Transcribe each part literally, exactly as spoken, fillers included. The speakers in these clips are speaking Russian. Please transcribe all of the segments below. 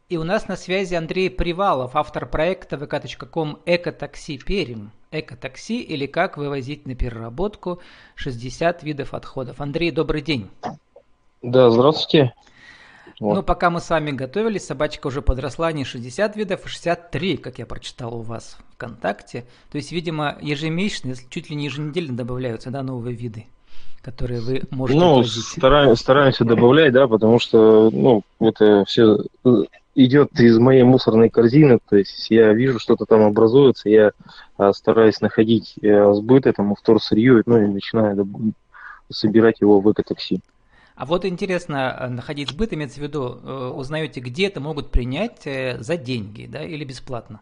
И у нас на связи Андрей Привалов, автор проекта вэ ка точка ком «Экотакси Пермь». Экотакси или как вывозить на переработку шестьдесят видов отходов. Андрей, добрый день. Да, здравствуйте. Ну, Вот. пока мы с вами готовились, собачка уже подросла не шестьдесят видов, а шестьдесят три, как я прочитал у вас ВКонтакте. То есть, видимо, ежемесячно, чуть ли не еженедельно добавляются, да, новые виды, которые вы можете Ну, отвозить. стараем, стараемся добавлять, да, потому что, ну, это все идет из моей мусорной корзины, то есть я вижу, что-то там образуется, я а, стараюсь находить а, сбыт этому вторсырью, ну, и начинаю доб- собирать его в экотакси. А вот интересно, находить сбыт, имеется в виду, э, узнаете, где это могут принять э, за деньги, да, или бесплатно?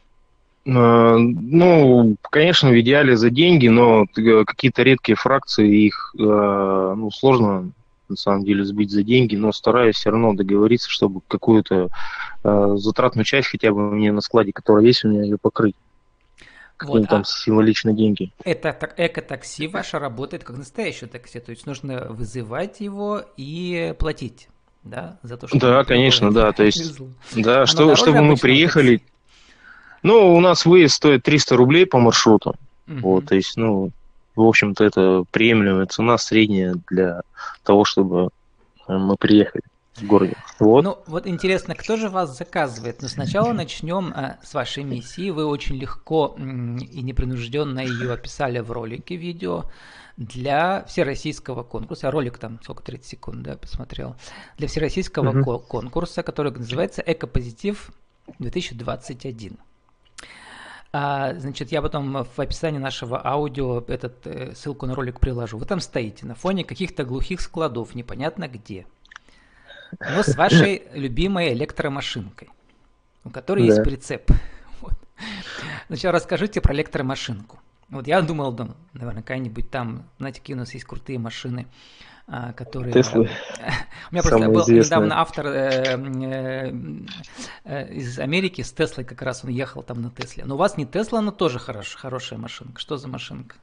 А, Ну, конечно, в идеале за деньги, но э, какие-то редкие фракции, их э, ну, сложно на самом деле сбыть за деньги, но стараюсь все равно договориться, чтобы какую-то э, затратную часть хотя бы мне на складе, которая есть у меня, ее покрыть. Вот, Какие-нибудь там а символичные деньги. это так, эко-такси ваше работает как настоящее такси, то есть нужно вызывать его и платить, да, за то, что оно Да, прибыло конечно, и да, то есть, отвезло. да, Оно что, дороже чтобы мы обычного такси? приехали. Ну, у нас выезд стоит триста рублей по маршруту. Вот, Мгм. то есть, ну, в общем-то, это приемлемая цена средняя для того, чтобы э, мы приехали в городе. Вот. Ну, вот интересно, кто же вас заказывает? Но сначала начнем а, с вашей миссии. Вы очень легко м, и непринужденно ее описали в ролике видео для всероссийского конкурса. Ролик там сколько, тридцать секунд, да, посмотрел. Для всероссийского Мгм. ко- конкурса, который называется «Экопозитив две тысячи двадцать один». А, значит, я потом в описании нашего аудио этот, э, ссылку на ролик приложу. Вы там стоите на фоне каких-то глухих складов, непонятно где, но с вашей любимой электромашинкой, у которой есть Да. прицеп. Вот. Сначала расскажите про электромашинку. Вот я думал, думал, наверное, какая-нибудь там, знаете, какие у нас есть крутые машины, а, которые... Теслы У меня просто самая был известная. недавно автор э, э, э, из Америки с Теслой, как раз он ехал там на Тесле. Но у вас не Тесла, но тоже хорош, хорошая машинка. Что за машинка?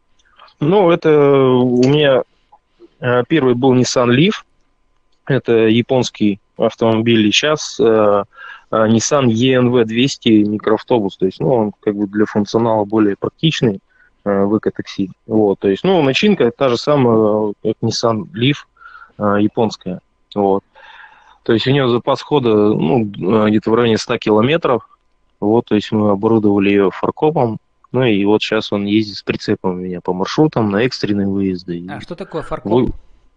Ну, это у меня э, первый был Nissan Leaf. Это японский автомобиль. И сейчас э, э, Nissan и эн ви двести микроавтобус. То есть, ну, он как бы для функционала более практичный э, в экотакси. Вот, то есть, ну, начинка та же самая, как Nissan Leaf, э, японская. Вот. То есть у нее запас хода, ну, э, где-то в районе ста километров. Вот, то есть мы оборудовали ее фаркопом. Ну и вот сейчас он ездит с прицепом у меня по маршрутам на экстренные выезды. А И что такое фаркоп? вы-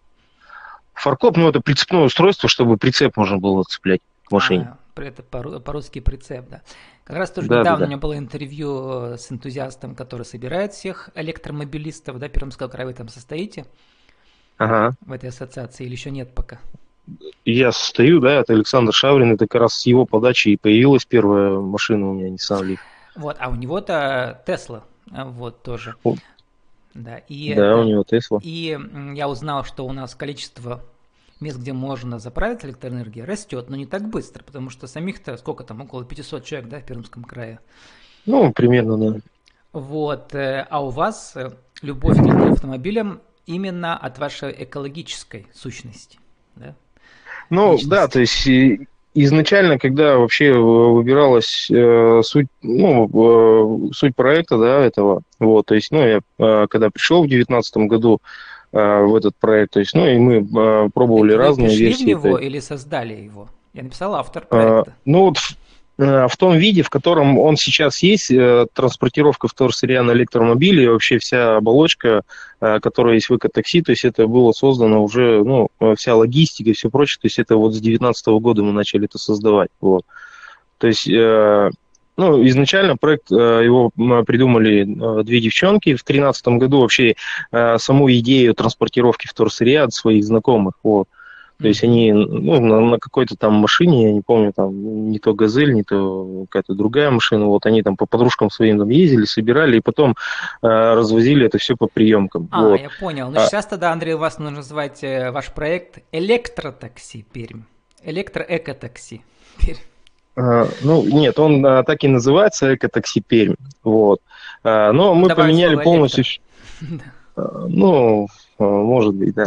Фаркоп, ну, это прицепное устройство, чтобы прицеп можно было цеплять к машине. А, это по- по-русски прицеп, да. Как раз тоже Да, да, недавно у да. меня было интервью э, с энтузиастом, который собирает всех электромобилистов, да, Пермского края. Вы там состоите Ага. в этой ассоциации или еще нет пока? Я состою, да, это Александр Шаврин, это как раз с его подачи и появилась первая машина у меня, Nissan Leaf. Вот, а у него-то Тесла, а, вот тоже. О, Да, и да, у это, него Тесла. и м, я узнал, что у нас количество мест, где можно заправить электроэнергией, растет, но не так быстро, потому что самих-то сколько там, около пятьсот человек, да, в Пермском крае. Ну, примерно, да. Вот, э, а у вас э, любовь к электроавтомобилям именно от вашей экологической сущности, да, Ну, да, то личности. есть и изначально, когда вообще э, выбиралась э, суть, ну, э, суть проекта, да, этого, вот, то есть, ну, я э, когда пришел в девятнадцатом году э, в этот проект, то есть, ну, и мы э, пробовали Это вы разные пришли в версии. него Это, или создали его? Я написал автор э, проекта. ну, вот в, э, в том виде, в котором он сейчас есть, э, транспортировка вторсырья на электромобиле, и вообще вся оболочка, э, которая есть в экотакси, то есть это было создано уже, ну, э, вся логистика и все прочее, то есть это вот с девятнадцатого года мы начали это создавать, вот. То есть, э, ну, изначально проект, э, его м, придумали э, две девчонки. В тринадцатом году вообще э, саму идею транспортировки вторсырья от своих знакомых, вот. То есть Мгм. они, ну, на, на какой-то там машине, я не помню, там не то «Газель», не то какая-то другая машина, вот они там по подружкам своим там ездили, собирали и потом э, развозили это все по приемкам, А, вот. я понял. Ну, А, сейчас тогда, Андрей, у вас нужно назвать э, ваш проект «Электротакси Пермь». Электроэкотакси Пермь. а, ну, нет, он а, так и называется «Экотакси Пермь», вот. А, но Ну, мы добавить поменяли слово полностью. «электро». А, Ну, а, может быть, да.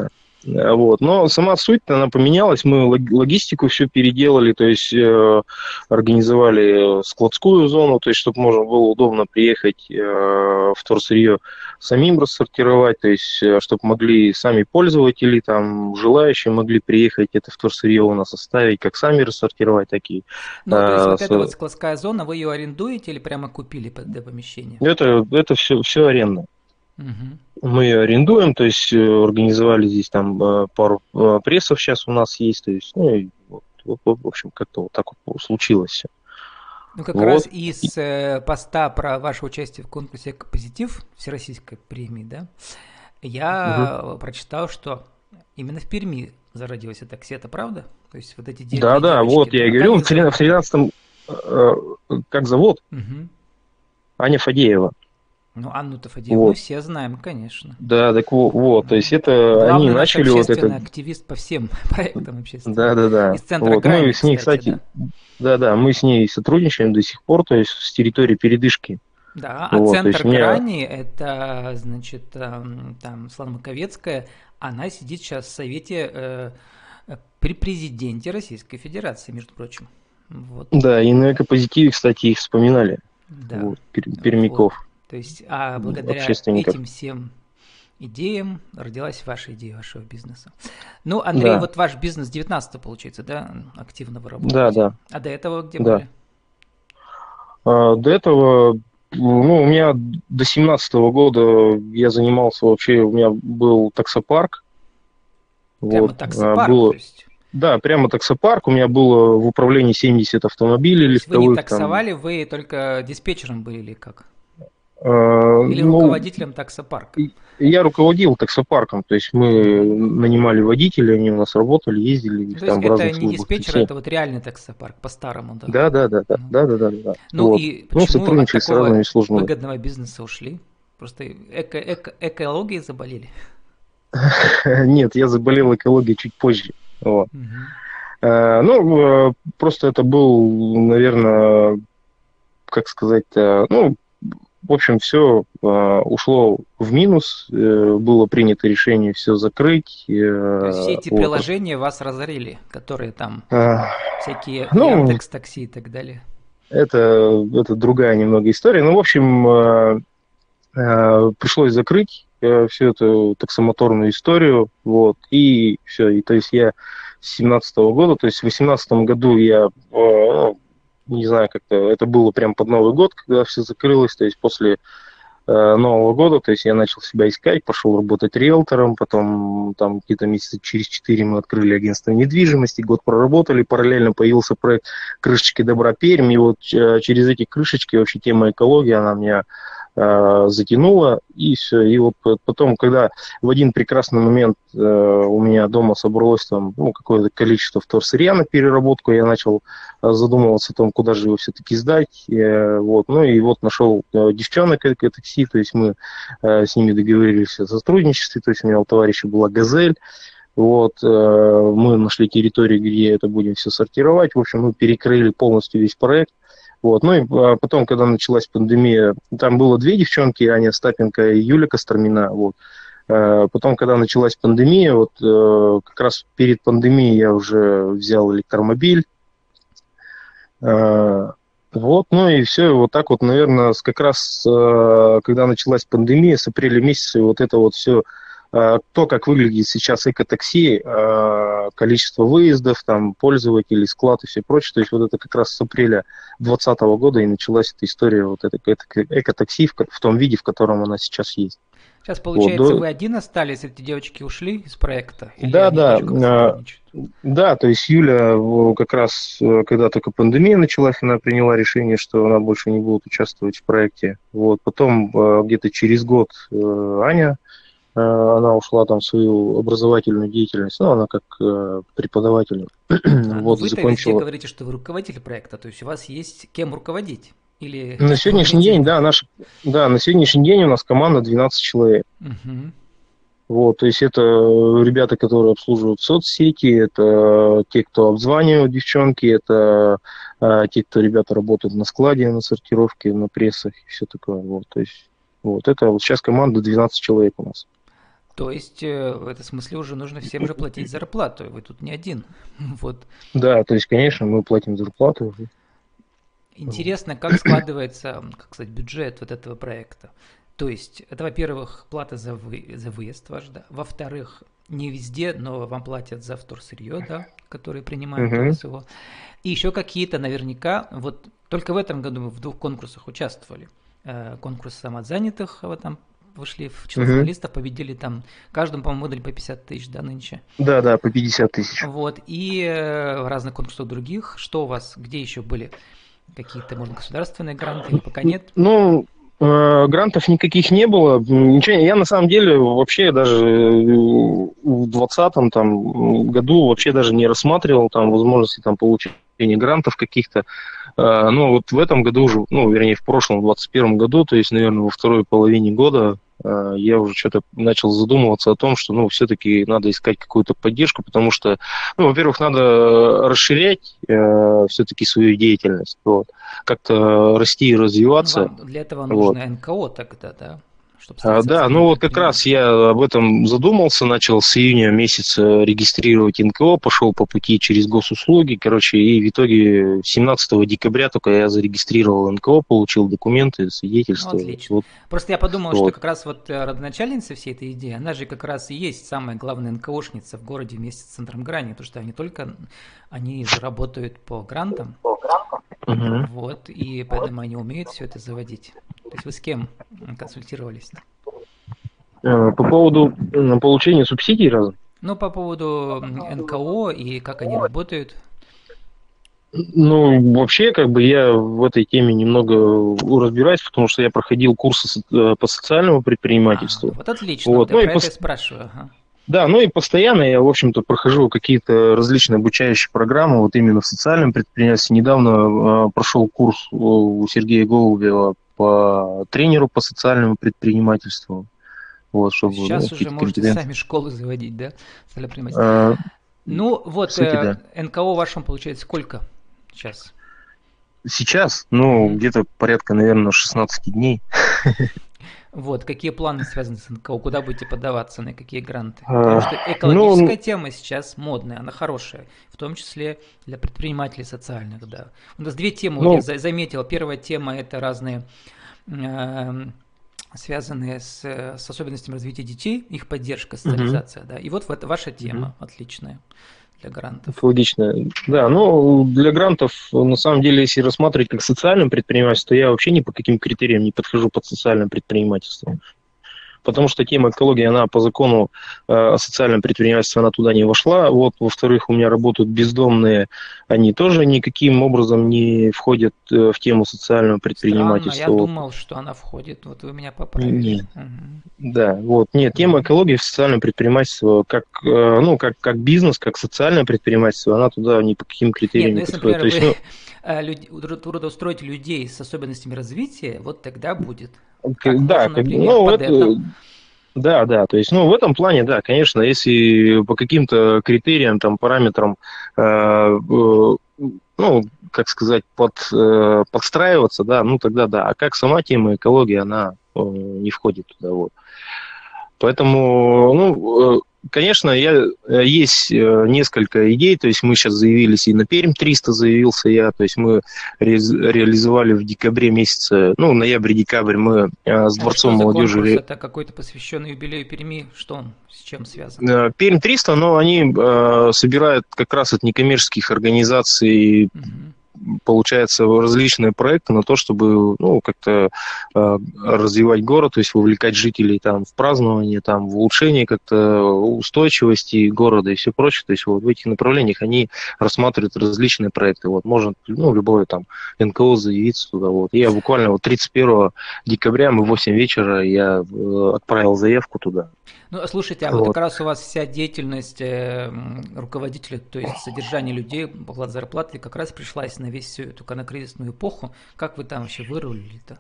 Вот. Но сама суть, она поменялась, мы логистику все переделали, то есть э, организовали складскую зону, то есть чтобы можно было удобно приехать э, вторсырье самим рассортировать, то есть э, чтобы могли сами пользователи, там, желающие могли приехать, это вторсырье у нас оставить, как сами рассортировать, такие. Ну, то есть Э, вот с- эта вот складская зона, вы ее арендуете или прямо купили под это помещение? это, это все, все арендно. Мгм. Мы ее арендуем, то есть э, организовали здесь там э, пару э, прессов сейчас у нас есть, то есть, ну, и вот, вот, вот, в общем, как-то вот так вот случилось все. Ну, как раз Вот. из э, поста про ваше участие в конкурсе «Экопозитив» Всероссийской премии, да, Мгм. я прочитал, что именно в Перми зародилось это такси, это правда? То есть вот эти де- Да, две да, девочки, вот я да, и говорил, в они трина- в зовут-то? тринадцатом, э, как зовут? Мгм. Аня Фадеева. Ну, Анну-то Фадееву мы Вот. все знаем, конечно. Да, так во- вот, то есть Ну, это они главный наш начали вот это, общественный активист по всем проектам общественным. да, да, да. Из центра Вот, мы крайних, с ней, кстати, кстати, да. да, да, мы с ней сотрудничаем до сих пор, то есть с территории передышки. Да, а Вот, то центр есть у меня, Грани, это, значит, эм, там Слава Маковецкая, она сидит сейчас в Совете э, э, при президенте Российской Федерации, между прочим. Вот, да, и на экопозитиве, кстати, их вспоминали, да, вот, пер- вот. пермяков, То есть, а благодаря общественников. этим всем идеям родилась ваша идея вашего бизнеса. Ну, Андрей, Да, вот ваш бизнес девятнадцатого, получается, да, активно вы да, работаете. да, А до этого где да. были? А, До этого, ну, у меня до семнадцатого года я занимался вообще, у меня был таксопарк, Прямо вот, а, таксопарк, то было, есть. да, прямо таксопарк, у меня было в управлении семьдесят автомобилей То есть вы не легковых, там, таксовали, вы только диспетчером были или как? а, Или ну, руководителем таксопарка? и- я руководил таксопарком, то есть мы Мгм. нанимали водителей, они у нас работали, ездили То есть там в это разных не службах диспетчер, такси. это вот реальный таксопарк, по-старому, да. Да, да, да, да, Мгм. да, да, да, да. Ну Вот. и Ну, почему от сотрудничали с разными такого службами. выгодного бизнеса ушли? Просто эко, эко, экологией заболели? Нет, я заболел экологией чуть позже. Вот. Мгм. Э, Ну, э, просто это был, наверное, как сказать, э, ну, в общем, все ушло в минус, э, было принято решение все закрыть. То есть все э, эти Вот. приложения вас разорили, которые там Э, всякие Ну, Яндекс Такси и так далее. это, это другая немного история. Ну, в общем, э, э, пришлось закрыть э, всю эту таксомоторную историю, вот, и все. И то есть я с семнадцатого года, то есть в восемнадцатом году я, э, ну, не знаю, как-то, это было прям под Новый год, когда все закрылось, то есть после э, Нового года, то есть я начал себя искать, пошел работать риэлтором, потом там какие-то месяца через четыре мы открыли агентство недвижимости, год проработали, параллельно появился проект «Крышечки добра Пермь», и вот э, через эти крышечки вообще тема экологии, она меня э, затянула, и все. И вот потом, когда в один прекрасный момент э, у меня дома собралось там ну, какое-то количество вторсырья на переработку, я начал э, задумываться о том, куда же его все-таки сдать. Э, вот. Ну и вот нашел э, девчонок э, такси, то есть мы э, с ними договорились о сотрудничестве, то есть у меня у товарища была «Газель». Вот, э, мы нашли территорию, где это будем все сортировать. В общем, мы перекрыли полностью весь проект. Вот. Ну и а, потом, когда началась пандемия, там было две девчонки, Аня Остапенко и Юля Костромина. Вот. Э, Потом, когда началась пандемия, вот э, как раз перед пандемией я уже взял электромобиль. Э, Вот, ну и все, вот так вот, наверное, как раз, э, когда началась пандемия, с апреля месяца, и вот это вот все, то, как выглядит сейчас экотакси, э, количество выездов, там, пользователей, склад и все прочее, то есть вот это как раз с апреля двадцатого года и началась эта история, вот это, это экотакси в, в том виде, в котором она сейчас есть. Сейчас, Вот, получается, до... вы один остались, эти девочки ушли из проекта, или Да, они да, тоже как-то э, сотрудничают? да, то есть Юля э, как раз, э, когда только пандемия началась, она приняла решение, что она больше не будет участвовать в проекте. Вот, потом э, где-то через год э, Аня, э, она ушла там в свою образовательную деятельность, ну, она как э, преподаватель, А, ну вот, вы-то везде закончила. говорите, что вы руководитель проекта, то есть у вас есть кем руководить, или На сегодняшний руководите день, вы? да, наш, да, на сегодняшний день у нас команда двенадцать человек. Мгм. Вот, то есть это ребята, которые обслуживают соцсети, это те, кто обзванивают девчонки, это э, те, кто ребята работают на складе, на сортировке, на прессах и все такое. Вот, то есть вот это вот сейчас команда двенадцать человек у нас. То есть э, в этом смысле уже нужно всем же платить зарплату, вы тут не один. Вот. Да, то есть, конечно, мы платим зарплату. Интересно, как складывается, как сказать, бюджет вот этого проекта. То есть это, во-первых, плата за, вы, за выезд ваш, да. Во-вторых, не везде, но вам платят за вторсырье, да, которые принимают у Угу. вас его. И еще какие-то наверняка, вот только в этом году мы в двух конкурсах участвовали. Э, конкурс самозанятых, вот там вышли в число Угу. финалистов, победили там, каждому, по-моему, выдали по пятьдесят тысяч, да, нынче. Да, да, по пятьдесят тысяч. Вот, и э, в разных конкурсах других. Что у вас, где еще были какие-то, может, государственные гранты или пока нет? Ну, э, грантов никаких не было. Ничего, я на самом деле вообще даже э, в двадцатом там году вообще даже не рассматривал там возможности там получения грантов каких-то. Э, ну, вот в этом году уже, ну, вернее, в прошлом, в двадцать первом году, то есть, наверное, во второй половине года э, я уже что-то начал задумываться о том, что, ну, все-таки надо искать какую-то поддержку, потому что, ну, во-первых, надо расширять э, все-таки свою деятельность, вот, как-то расти и развиваться. Ну, вам для этого Вот. нужно эн ка о тогда, да? Чтобы А, стать да, социальным ну вот как раз предпринимателем. я об этом задумался, начал с июня месяца регистрировать эн ка о, пошел по пути через госуслуги, короче, и в итоге семнадцатого декабря только я зарегистрировал эн ка о, получил документы, Ну, свидетельства. отлично. Вот, Просто я подумал, что вот. как раз вот э, родоначальница всей этой идеи, она же как раз и есть самая главная эн ка ошница в городе вместе с центром Грани, потому что они только, они же работают по грантам, Мгм. вот, и поэтому они умеют все это заводить. То есть вы с кем консультировались? Э, По поводу м, получения субсидий разных. Ну, по поводу м, эн ка о и как они работают. Ну, вообще, как бы я в этой теме немного разбираюсь, потому что я проходил курсы со- э, по социальному А, предпринимательству. вот отлично, Вот. вот я Ну и про это и пос- спрашиваю. Ага. Да, ну и постоянно я, в общем-то, прохожу какие-то различные обучающие программы, вот именно в социальном предпринимательстве. Недавно э, прошел курс у Сергея Голубева по тренеру по социальному предпринимательству, вот, чтобы, ну, Сейчас уже какие-то можете компетенции. сами школы заводить, да? Социальное предпринимательство. Э, Ну, вот Кстати, э, да. эн ка о вашем получается сколько сейчас? Сейчас, ну, Мгм. где-то порядка, наверное, шестнадцать дней. Вот, какие планы связаны с эн ка о? Куда будете подаваться, на какие гранты? Э, Потому что Ну, экологическая тема сейчас модная, она хорошая, в том числе для предпринимателей социальных, да. У нас две темы, вот я ну, за- заметил. Первая тема – это разные, эм, связанные с, э, с особенностями развития детей, их поддержка, мгм. социализация, да. И вот, вот ваша Мгм. тема отличная для грантов. Экологично. Да, ну, для грантов, на самом деле, если рассматривать как социальное предпринимательство, то я вообще ни по каким критериям не подхожу под социальное предпринимательство. Потому что тема экологии, она по закону э, о социальном предпринимательстве, она туда не вошла. Вот, во-вторых, у меня работают бездомные, они тоже никаким образом не входят э, в тему социального Странно, я предпринимательства. Вот. думал, что она входит. Вот вы меня поправили. Нет. Мгм. Да, вот. Нет, тема Мгм. экологии в социальном предпринимательстве, как, э, ну, как, как бизнес, как социальное предпринимательство, она туда ни по каким Нет, критериям ну не если, подходит. То например, есть, вы ну, э, люд- тру- трудоустроите людей с особенностями развития, вот тогда будет. к- Так, да, можно, как, бы, например, ну, под это. это, да, да, то есть, ну, в этом плане, да, конечно, если по каким-то критериям, там, параметрам, э, э, ну, как сказать, под, э, подстраиваться, да, ну, тогда да. А как сама тема экологии, она э, не входит туда, вот. Поэтому, ну, э, конечно, я, э, есть э, несколько идей, то есть мы сейчас заявились и на Пермь триста заявился я, то есть мы ре- реализовали в декабре месяце, ну, ноябрь-декабрь мы э, с Это что Дворцом за молодежи конкурс? ре- Это какой-то посвященный юбилею Перми? Что он, с чем связан? э, Пермь триста, но они э, собирают как раз от некоммерческих организаций, Мгм. получается, различные проекты на то, чтобы, ну, как-то э, развивать город, то есть вовлекать жителей там в празднование, там в улучшение как-то устойчивости города и все прочее. То есть вот в этих направлениях они рассматривают различные проекты. Вот можно, ну, любое там эн ка о заявиться туда. Вот. Я буквально вот тридцать первого декабря мы в восемь вечера я э, отправил заявку туда. Ну, а слушайте, а вот Вот. как раз у вас вся деятельность э, м, руководителя, то есть содержание людей, оплата зарплаты, как раз пришлась на весь всю эту коронакризисную эпоху. Как вы там вообще вырулили-то?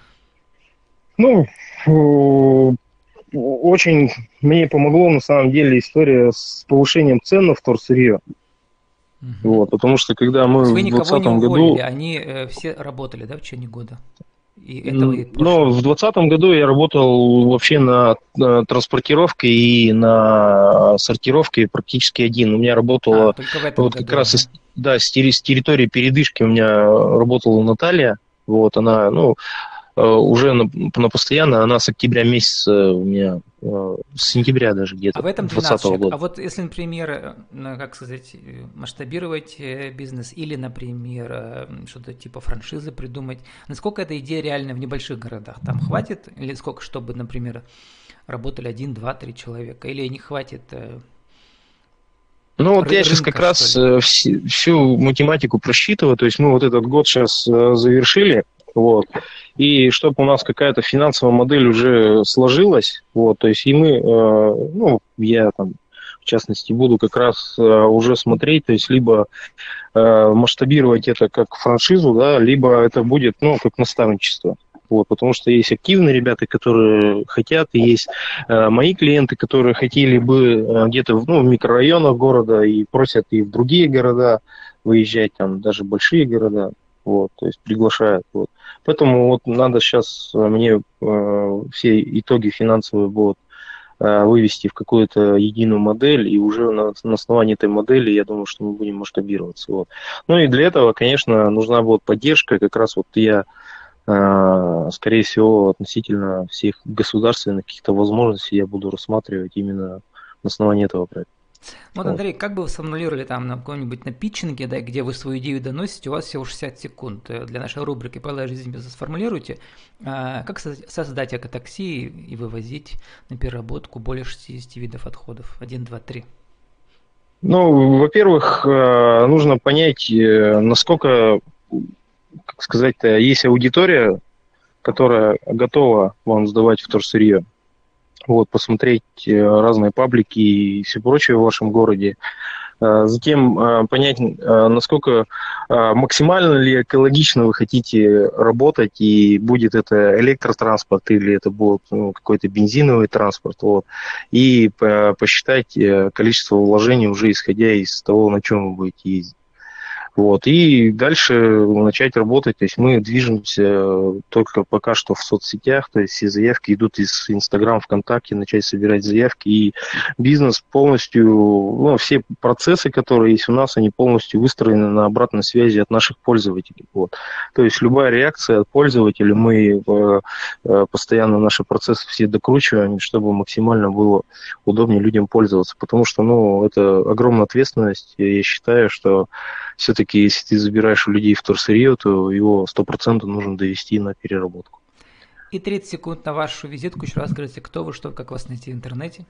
Ну, э, очень мне помогло на самом деле история с повышением цен на вторсырье. Мгм. Вот, потому что когда То есть мы вы в никого не двадцатом уволили, году, они э, все работали, да, в течение года? и этого, и Но прошлого? в двадцатом году я работал вообще на, на транспортировке и на сортировке практически один. У меня А, работала только в этом вот как году, раз ага. из, да, с, терри- с территории передышки у меня работала Наталья. Вот она, ну, э, уже на, на постоянно, она с октября месяца у меня, э, с сентября даже А где-то в этом двенадцать двадцатого человек. года. А вот если, например, э, ну, как сказать, э, масштабировать э, бизнес или, например, э, что-то типа франшизы придумать, насколько эта идея реальна в небольших городах? Там хватит или сколько, чтобы, например, работали один, два, три человека? Или не хватит э, Ну вот ры- я сейчас рынка, как что раз ли? э, вс- всю математику просчитываю, то есть мы вот этот год сейчас э, завершили, вот, и чтобы у нас какая-то финансовая модель уже сложилась, вот, то есть и мы, э, ну, я там, в частности, буду как раз э, уже смотреть, то есть либо э, масштабировать это как франшизу, да, либо это будет, ну, как наставничество. Вот, потому что есть активные ребята, которые хотят, и есть э, мои клиенты, которые хотели бы э, где-то в, ну, в микрорайонах города и просят и в другие города выезжать, там даже большие города, вот, то есть приглашают. Вот. Поэтому вот надо сейчас мне э, все итоги финансовые будут э, вывести в какую-то единую модель, и уже на, на основании этой модели, я думаю, что мы будем масштабироваться. Вот. Ну и для этого, конечно, нужна будет поддержка. Как раз вот я, э, скорее всего, относительно всех государственных каких-то возможностей я буду рассматривать именно на основании этого проекта. Вот, Вот. Андрей, как бы вы сформулировали там на каком-нибудь на питчинге, да, где вы свою идею доносите, у вас всего шестьдесят секунд э, для нашей рубрики «Правила жизни бизнеса». Сформулируйте, а, как со- создать экотакси и вывозить на переработку более шестидесяти видов отходов. Один, два, три. Ну, во-первых, э, нужно понять, э, насколько, как сказать-то, есть аудитория, которая готова вам сдавать вторсырье. Вот, посмотреть э, разные паблики и все прочее в вашем городе. Э, Затем э, понять, э, насколько э, максимально ли экологично вы хотите работать, и будет это электротранспорт или это будет, ну, какой-то бензиновый транспорт. Вот. И э, посчитать э, количество вложений уже исходя из того, на чем вы будете ездить. Вот. И дальше начать работать. То есть мы движемся только пока что в соцсетях, то есть все заявки идут из Инстаграм, ВКонтакте, начать собирать заявки. И бизнес полностью, ну, все процессы, которые есть у нас, они полностью выстроены на обратной связи от наших пользователей. Вот. То есть любая реакция от пользователей, мы э, э, постоянно наши процессы все докручиваем, чтобы максимально было удобнее людям пользоваться. Потому что, ну, это огромная ответственность. Я считаю, что все-таки, если ты забираешь у людей вторсырье, то его сто процентов нужно довести на переработку. И тридцать секунд на вашу визитку. Еще раз скажите, кто вы, что, как вас найти в интернете.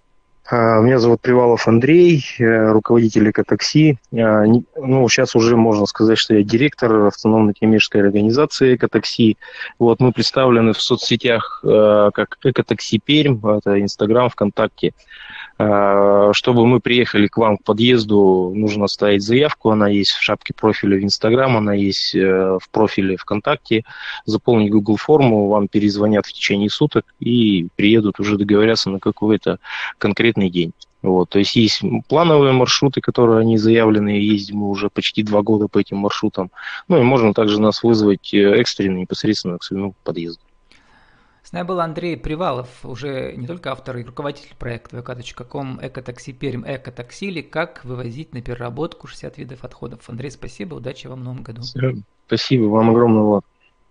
А, Меня зовут Привалов Андрей, я руководитель экотакси. А, не- Ну, сейчас уже можно сказать, что я директор автономной коммерческой организации экотакси. Вот мы представлены в соцсетях э, как Экотакси Пермь, это Инстаграм, ВКонтакте. А, Чтобы мы приехали к вам к подъезду, нужно оставить заявку. Она есть в шапке профиля в Инстаграм, она есть э, в профиле ВКонтакте. Заполнить Google форму, вам перезвонят в течение суток и приедут, уже договорятся на какой-то конкретный день. Вот, то есть есть плановые маршруты, которые они заявлены, ездим мы уже почти два года по этим маршрутам. Ну и можно также нас вызвать э, экстренно непосредственно к своему подъезду. С нами был Андрей Привалов, уже не только автор и руководитель проекта вэ ка точка ком «Экотакси Пермь», «Экотакси» или «Как вывозить на переработку шестьдесят видов отходов». Андрей, спасибо, удачи вам в новом году. Всё. Спасибо вам огромное, Влад.